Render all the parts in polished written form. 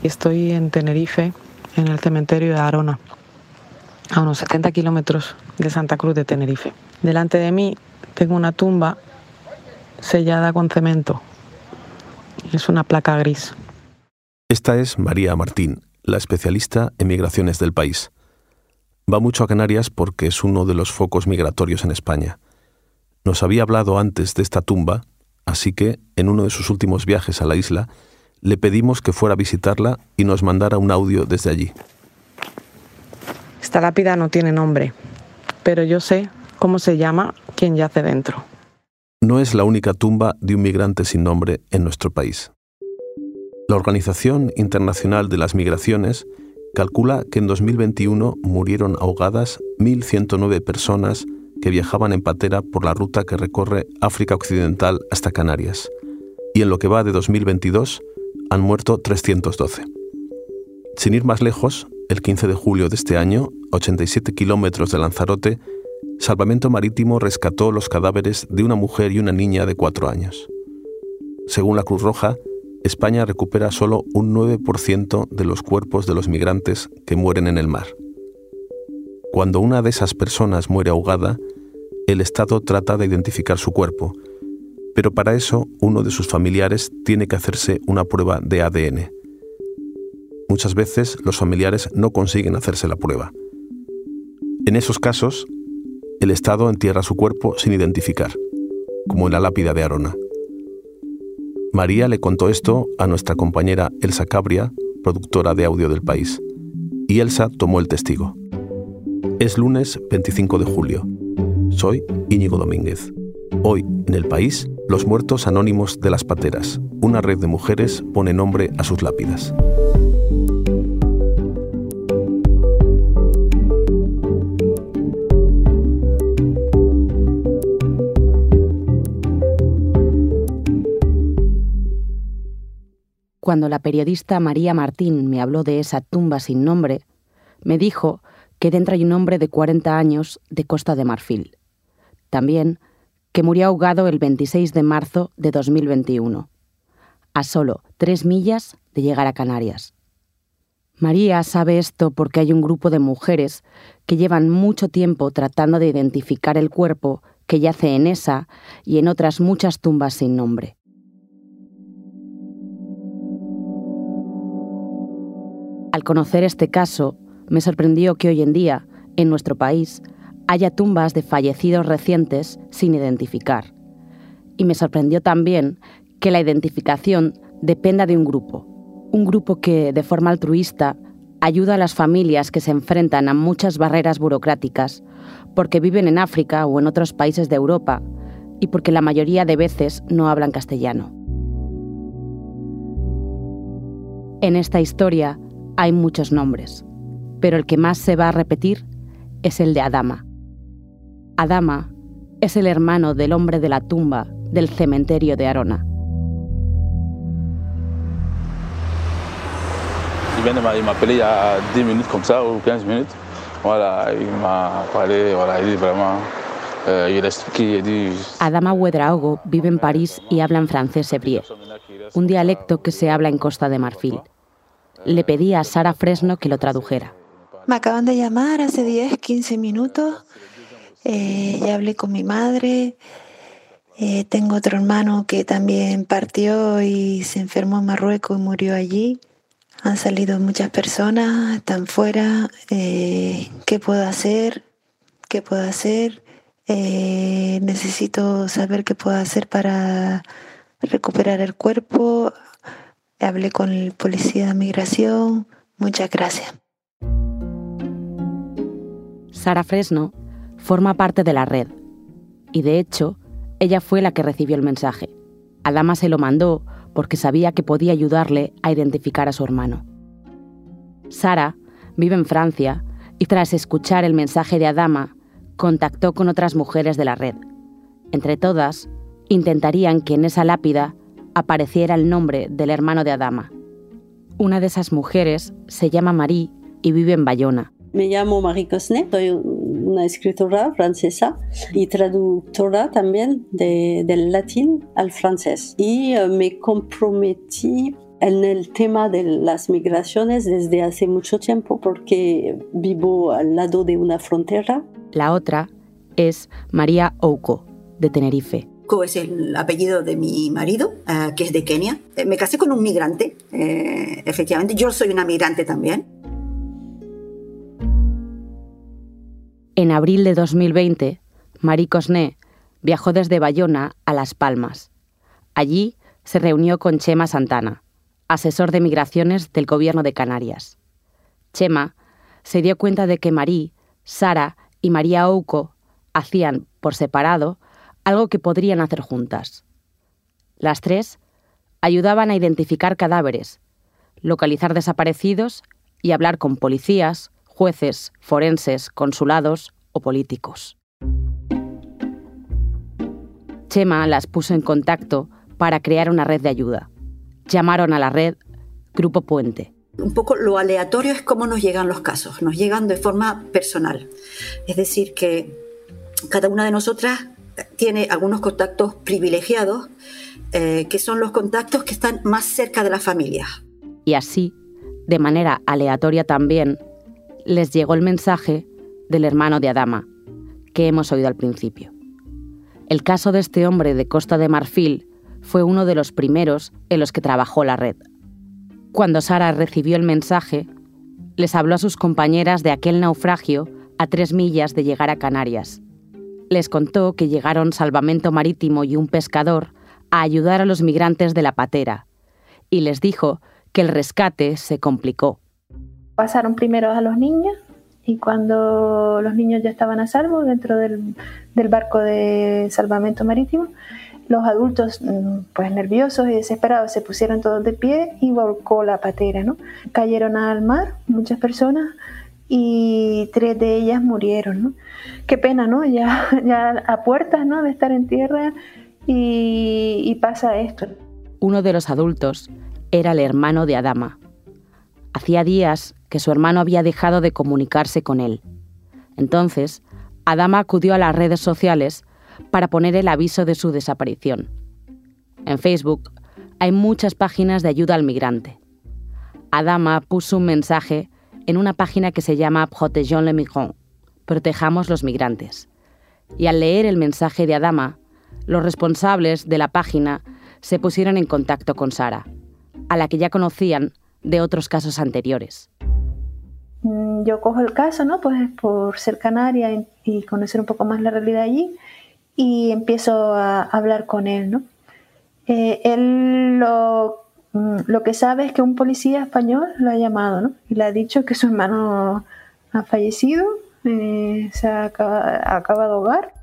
y estoy en Tenerife, en el cementerio de Arona, a unos 70 kilómetros de Santa Cruz de Tenerife. Delante de mí tengo una tumba sellada con cemento. Es una placa gris. Esta es María Martín, la especialista en migraciones del país. Va mucho a Canarias porque es uno de los focos migratorios en España. Nos había hablado antes de esta tumba, así que, en uno de sus últimos viajes a la isla, le pedimos que fuera a visitarla y nos mandara un audio desde allí. Esta lápida no tiene nombre, pero yo sé cómo se llama quien yace dentro. No es la única tumba de un migrante sin nombre en nuestro país. La Organización Internacional de las Migraciones calcula que en 2021 murieron ahogadas 1.109 personas que viajaban en patera por la ruta que recorre África Occidental hasta Canarias. Y en lo que va de 2022 han muerto 312. Sin ir más lejos, el 15 de julio de este año, a 87 kilómetros de Lanzarote, Salvamento Marítimo rescató los cadáveres de una mujer y una niña de 4 años. Según la Cruz Roja, España recupera solo un 9% de los cuerpos de los migrantes que mueren en el mar. Cuando una de esas personas muere ahogada, el Estado trata de identificar su cuerpo, pero para eso uno de sus familiares tiene que hacerse una prueba de ADN. Muchas veces los familiares no consiguen hacerse la prueba. En esos casos, el Estado entierra su cuerpo sin identificar, como en la lápida de Arona. María le contó esto a nuestra compañera Elsa Cabria, productora de audio del país, y Elsa tomó el testigo. Es lunes 25 de julio. Soy Íñigo Domínguez. Hoy, en El País, los muertos anónimos de las pateras. Una red de mujeres pone nombre a sus lápidas. Cuando la periodista María Martín me habló de esa tumba sin nombre, me dijo que dentro hay un hombre de 40 años de Costa de Marfil. También que murió ahogado el 26 de marzo de 2021, a solo 3 millas de llegar a Canarias. María sabe esto porque hay un grupo de mujeres que llevan mucho tiempo tratando de identificar el cuerpo que yace en esa y en otras muchas tumbas sin nombre. Al conocer este caso, me sorprendió que hoy en día, en nuestro país, haya tumbas de fallecidos recientes sin identificar. Y me sorprendió también que la identificación dependa de un grupo que, de forma altruista, ayuda a las familias que se enfrentan a muchas barreras burocráticas porque viven en África o en otros países de Europa y porque la mayoría de veces no hablan castellano. En esta historia hay muchos nombres, pero el que más se va a repetir es el de Adama. Adama es el hermano del hombre de la tumba del cementerio de Arona. Il m'a appelé il y a 10 minutes comme ça, ou 15 minutes. Voilà, il m'a parlé, voilà, il dit vraiment, il a expliqué, il dit... Adama Ouedraogo vive en París y habla en francés hebreo, un dialecto que se habla en Costa de Marfil. Le pedí a Sara Fresno que lo tradujera. Me acaban de llamar hace 10, 15 minutos. Ya hablé con mi madre. Tengo otro hermano que también partió y se enfermó en Marruecos y murió allí. Han salido muchas personas, están fuera. ¿Qué puedo hacer? ¿Qué puedo hacer? Necesito saber qué puedo hacer para recuperar el cuerpo. Hablé con el policía de migración. Muchas gracias. Sara Fresno forma parte de la red. Y de hecho, ella fue la que recibió el mensaje. Adama se lo mandó porque sabía que podía ayudarle a identificar a su hermano. Sara vive en Francia y tras escuchar el mensaje de Adama, contactó con otras mujeres de la red. Entre todas, intentarían que en esa lápida apareciera el nombre del hermano de Adama. Una de esas mujeres se llama Marie y vive en Bayona. Me llamo Marie Cosnet, soy una escritora francesa y traductora también del latín al francés. Y me comprometí en el tema de las migraciones desde hace mucho tiempo porque vivo al lado de una frontera. La otra es María Ouko, de Tenerife. Ouko es el apellido de mi marido, que es de Kenia. Me casé con un migrante, efectivamente. Yo soy una migrante también. En abril de 2020, Marie Cosné viajó desde Bayona a Las Palmas. Allí se reunió con Chema Santana, asesor de migraciones del Gobierno de Canarias. Chema se dio cuenta de que Marie, Sara y María Ouko hacían, por separado, algo que podrían hacer juntas. Las tres ayudaban a identificar cadáveres, localizar desaparecidos y hablar con policías, jueces, forenses, consulados o políticos. Chema las puso en contacto para crear una red de ayuda. Llamaron a la red Grupo Puente. Un poco lo aleatorio es cómo nos llegan los casos. Nos llegan de forma personal. Es decir, que cada una de nosotras tiene algunos contactos privilegiados, que son los contactos que están más cerca de la familia. Y así, de manera aleatoria también, les llegó el mensaje del hermano de Adama, que hemos oído al principio. El caso de este hombre de Costa de Marfil fue uno de los primeros en los que trabajó la red. Cuando Sara recibió el mensaje, les habló a sus compañeras de aquel naufragio a 3 millas de llegar a Canarias. Les contó que llegaron Salvamento Marítimo y un pescador a ayudar a los migrantes de La Patera, y les dijo que el rescate se complicó. Pasaron primero a los niños y cuando los niños ya estaban a salvo dentro del barco de Salvamento Marítimo, los adultos, pues nerviosos y desesperados, se pusieron todos de pie y volcó la patera, ¿no? Cayeron al mar muchas personas y 3 de ellas murieron, ¿no? Qué pena, ¿no? Ya a puertas, ¿no?, de estar en tierra y pasa esto. Uno de los adultos era el hermano de Adama. Hacía días que su hermano había dejado de comunicarse con él. Entonces, Adama acudió a las redes sociales para poner el aviso de su desaparición. En Facebook hay muchas páginas de ayuda al migrante. Adama puso un mensaje en una página que se llama Protégeons les migrants, Protejamos los migrantes. Y al leer el mensaje de Adama, los responsables de la página se pusieron en contacto con Sara, a la que ya conocían de otros casos anteriores. Yo cojo el caso, ¿no?, pues por ser canaria y conocer un poco más la realidad allí, y empiezo a hablar con él, ¿no? Él lo que sabe es que un policía español lo ha llamado, ¿no?, y le ha dicho que su hermano ha fallecido, se ha acabado de ahogar.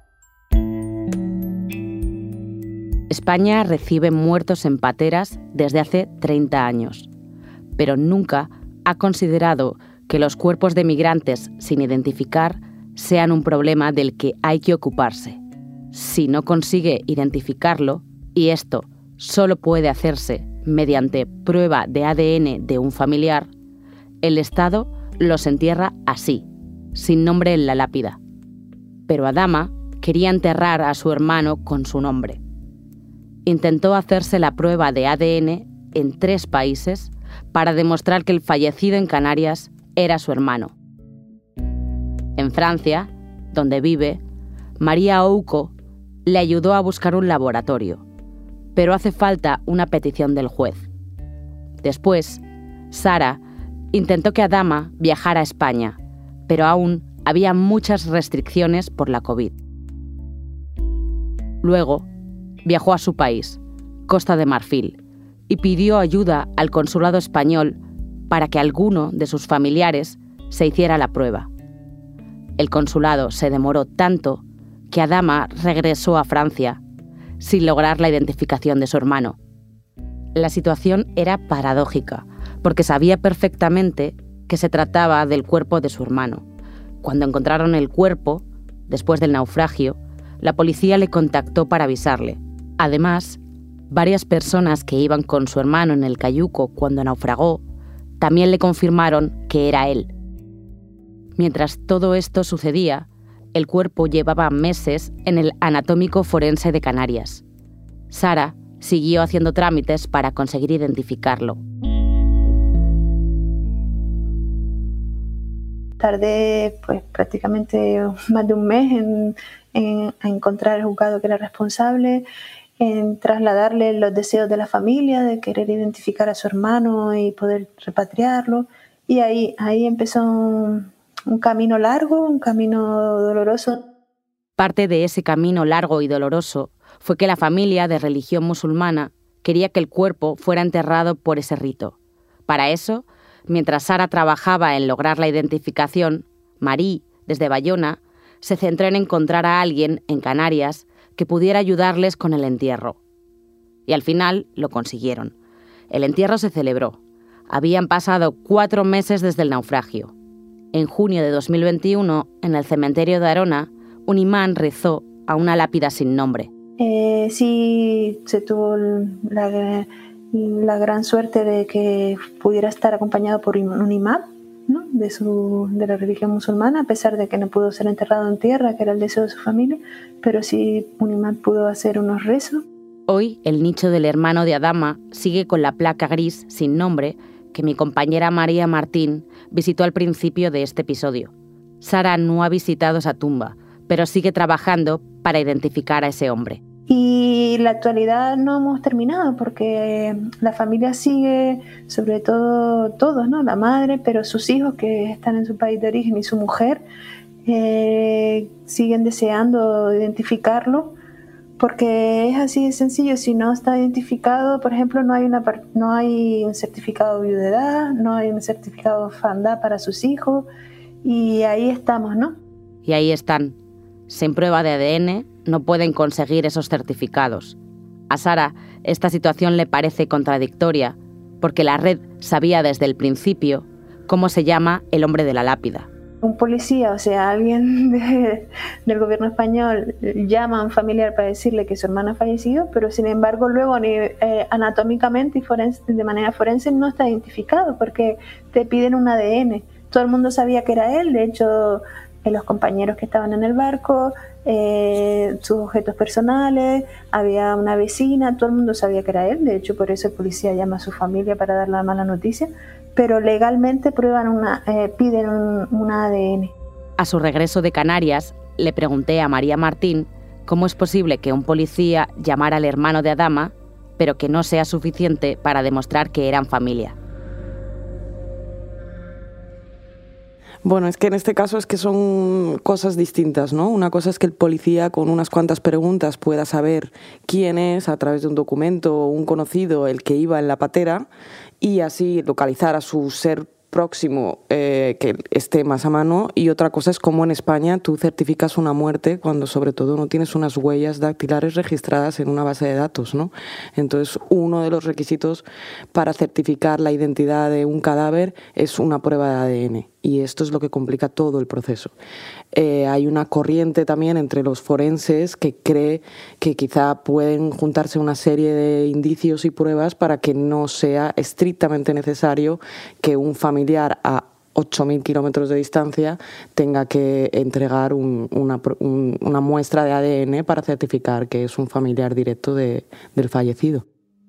España recibe muertos en pateras desde hace 30 años, pero nunca ha considerado que los cuerpos de migrantes sin identificar sean un problema del que hay que ocuparse. Si no consigue identificarlo, y esto solo puede hacerse mediante prueba de ADN de un familiar, el Estado los entierra así, sin nombre en la lápida. Pero Adama quería enterrar a su hermano con su nombre. Intentó hacerse la prueba de ADN en 3 países para demostrar que el fallecido en Canarias era su hermano. En Francia, donde vive, María Ouko le ayudó a buscar un laboratorio, pero hace falta una petición del juez. Después, Sara intentó que Adama viajara a España, pero aún había muchas restricciones por la COVID. Luego, viajó a su país, Costa de Marfil, y pidió ayuda al consulado español para que alguno de sus familiares se hiciera la prueba. El consulado se demoró tanto que Adama regresó a Francia sin lograr la identificación de su hermano. La situación era paradójica, porque sabía perfectamente que se trataba del cuerpo de su hermano. Cuando encontraron el cuerpo, después del naufragio, la policía le contactó para avisarle. Además, varias personas que iban con su hermano en el cayuco cuando naufragó también le confirmaron que era él. Mientras todo esto sucedía, el cuerpo llevaba meses en el Anatómico Forense de Canarias. Sara siguió haciendo trámites para conseguir identificarlo. Tardé pues prácticamente más de un mes en encontrar el juzgado que era responsable, en trasladarle los deseos de la familia, de querer identificar a su hermano y poder repatriarlo. Y ahí empezó un camino largo, un camino doloroso. Parte de ese camino largo y doloroso fue que la familia de religión musulmana quería que el cuerpo fuera enterrado por ese rito. Para eso, mientras Sara trabajaba en lograr la identificación, Marí, desde Bayona, se centró en encontrar a alguien en Canarias que pudiera ayudarles con el entierro. Y al final lo consiguieron. El entierro se celebró. Habían pasado 4 meses desde el naufragio. En junio de 2021, en el cementerio de Arona, un imán rezó a una lápida sin nombre. Sí, se tuvo la gran suerte de que pudiera estar acompañado por un imán, ¿no? de la religión musulmana, a pesar de que no pudo ser enterrado en tierra, que era el deseo de su familia, pero sí un imán pudo hacer unos rezos. Hoy, el nicho del hermano de Adama sigue con la placa gris sin nombre que mi compañera María Martín visitó al principio de este episodio. Sara no ha visitado esa tumba, pero sigue trabajando para identificar a ese hombre. Y en la actualidad no hemos terminado porque la familia sigue, sobre todo todos, ¿no? La madre, pero sus hijos que están en su país de origen y su mujer siguen deseando identificarlo, porque es así de sencillo. Si no está identificado, por ejemplo, no hay un certificado de viudedad, no hay un certificado de orfandad para sus hijos, y ahí estamos, ¿no? Y ahí están. Sin prueba de ADN, no pueden conseguir esos certificados. A Sara, esta situación le parece contradictoria, porque la red sabía desde el principio cómo se llama el hombre de la lápida. Un policía, o sea, alguien del gobierno español llama a un familiar para decirle que su hermano ha fallecido, pero sin embargo luego anatómicamente y de manera forense no está identificado porque te piden un ADN. Todo el mundo sabía que era él, de hecho los compañeros que estaban en el barco, sus objetos personales, había una vecina, todo el mundo sabía que era él, de hecho por eso el policía llama a su familia para dar la mala noticia, pero legalmente piden un ADN. A su regreso de Canarias, le pregunté a María Martín cómo es posible que un policía llamara al hermano de Adama, pero que no sea suficiente para demostrar que eran familia. Bueno, es que en este caso es que son cosas distintas, ¿no? Una cosa es que el policía con unas cuantas preguntas pueda saber quién es a través de un documento o un conocido el que iba en la patera y así localizar a su ser próximo que esté más a mano, y otra cosa es cómo en España tú certificas una muerte cuando sobre todo no tienes unas huellas dactilares registradas en una base de datos, ¿no? Entonces, uno de los requisitos para certificar la identidad de un cadáver es una prueba de ADN, y esto es lo que complica todo el proceso. Hay una corriente también entre los forenses que cree que quizá pueden juntarse una serie de indicios y pruebas para que no sea estrictamente necesario que un familiar a 8.000 kilómetros de distancia tenga que entregar una muestra de ADN para certificar que es un familiar directo del fallecido.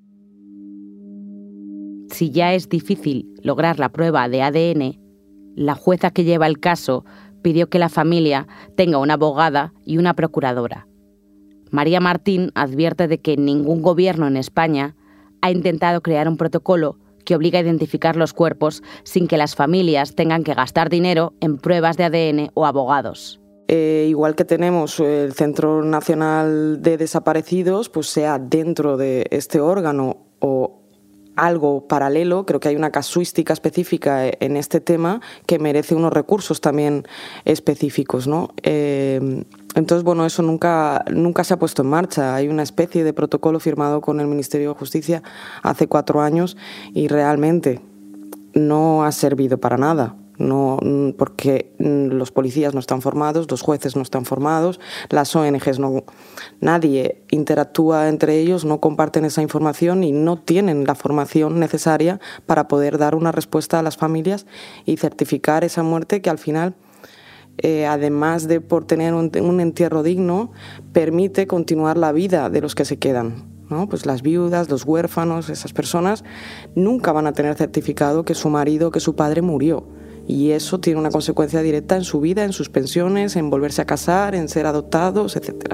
Si ya es difícil lograr la prueba de ADN, la jueza que lleva el caso pidió que la familia tenga una abogada y una procuradora. María Martín advierte de que ningún gobierno en España ha intentado crear un protocolo que obliga a identificar los cuerpos sin que las familias tengan que gastar dinero en pruebas de ADN o abogados. Igual que tenemos el Centro Nacional de Desaparecidos, pues sea dentro de este órgano o algo paralelo, creo que hay una casuística específica en este tema que merece unos recursos también específicos, ¿no? Entonces, bueno, eso nunca se ha puesto en marcha. Hay una especie de protocolo firmado con el Ministerio de Justicia hace 4 años y realmente no ha servido para nada. No, porque los policías no están formados, los jueces no están formados, las ONGs no, nadie interactúa entre ellos, no comparten esa información y no tienen la formación necesaria para poder dar una respuesta a las familias y certificar esa muerte que al final, además de por tener un entierro digno, permite continuar la vida de los que se quedan, ¿no? Pues las viudas, los huérfanos, esas personas nunca van a tener certificado que su marido, que su padre murió. Y eso tiene una consecuencia directa en su vida, en sus pensiones, en volverse a casar, en ser adoptados, etc.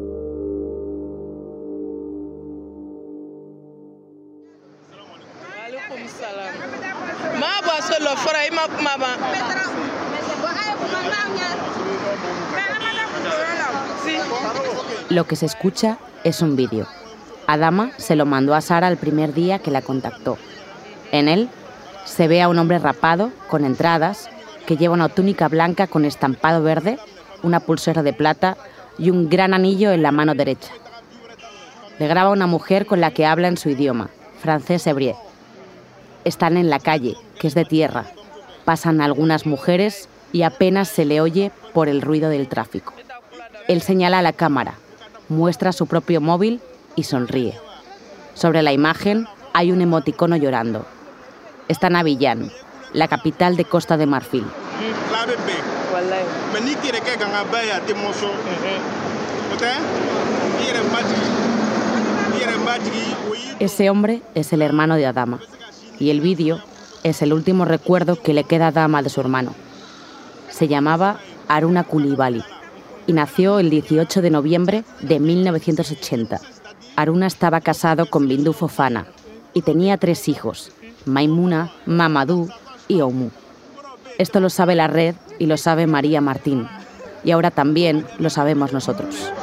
Lo que se escucha es un vídeo. Adama se lo mandó a Sara el primer día que la contactó. En él se ve a un hombre rapado, con entradas, que lleva una túnica blanca con estampado verde, una pulsera de plata y un gran anillo en la mano derecha. Le graba a una mujer con la que habla en su idioma, francés hebreo. Están en la calle, que es de tierra. Pasan algunas mujeres y apenas se le oye por el ruido del tráfico. Él señala a la cámara, muestra su propio móvil y sonríe. Sobre la imagen hay un emoticono llorando. Está en Abiyán, la capital de Costa de Marfil. Ese hombre es el hermano de Adama, y el vídeo es el último recuerdo que le queda a Adama de su hermano. Se llamaba Haruna Coulibaly y nació el 18 de noviembre de 1980. Haruna estaba casado con Bintou Fofana y tenía 3 hijos, Maimouna, Mamadou y Oumou. Esto lo sabe la red y lo sabe María Martín. Y ahora también lo sabemos nosotros.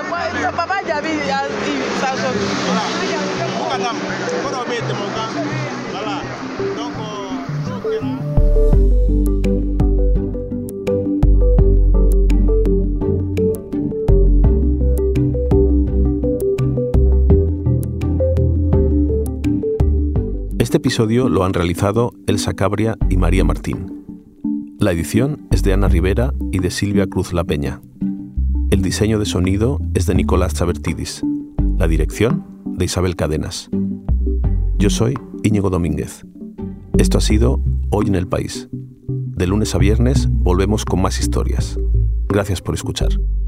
Este episodio lo han realizado Elsa Cabria y María Martín. La edición es de Ana Rivera y de Silvia Cruz La Peña. El diseño de sonido es de Nicolás Chabertidis. La dirección de Isabel Cadenas. Yo soy Íñigo Domínguez. Esto ha sido Hoy en el País. De lunes a viernes volvemos con más historias. Gracias por escuchar.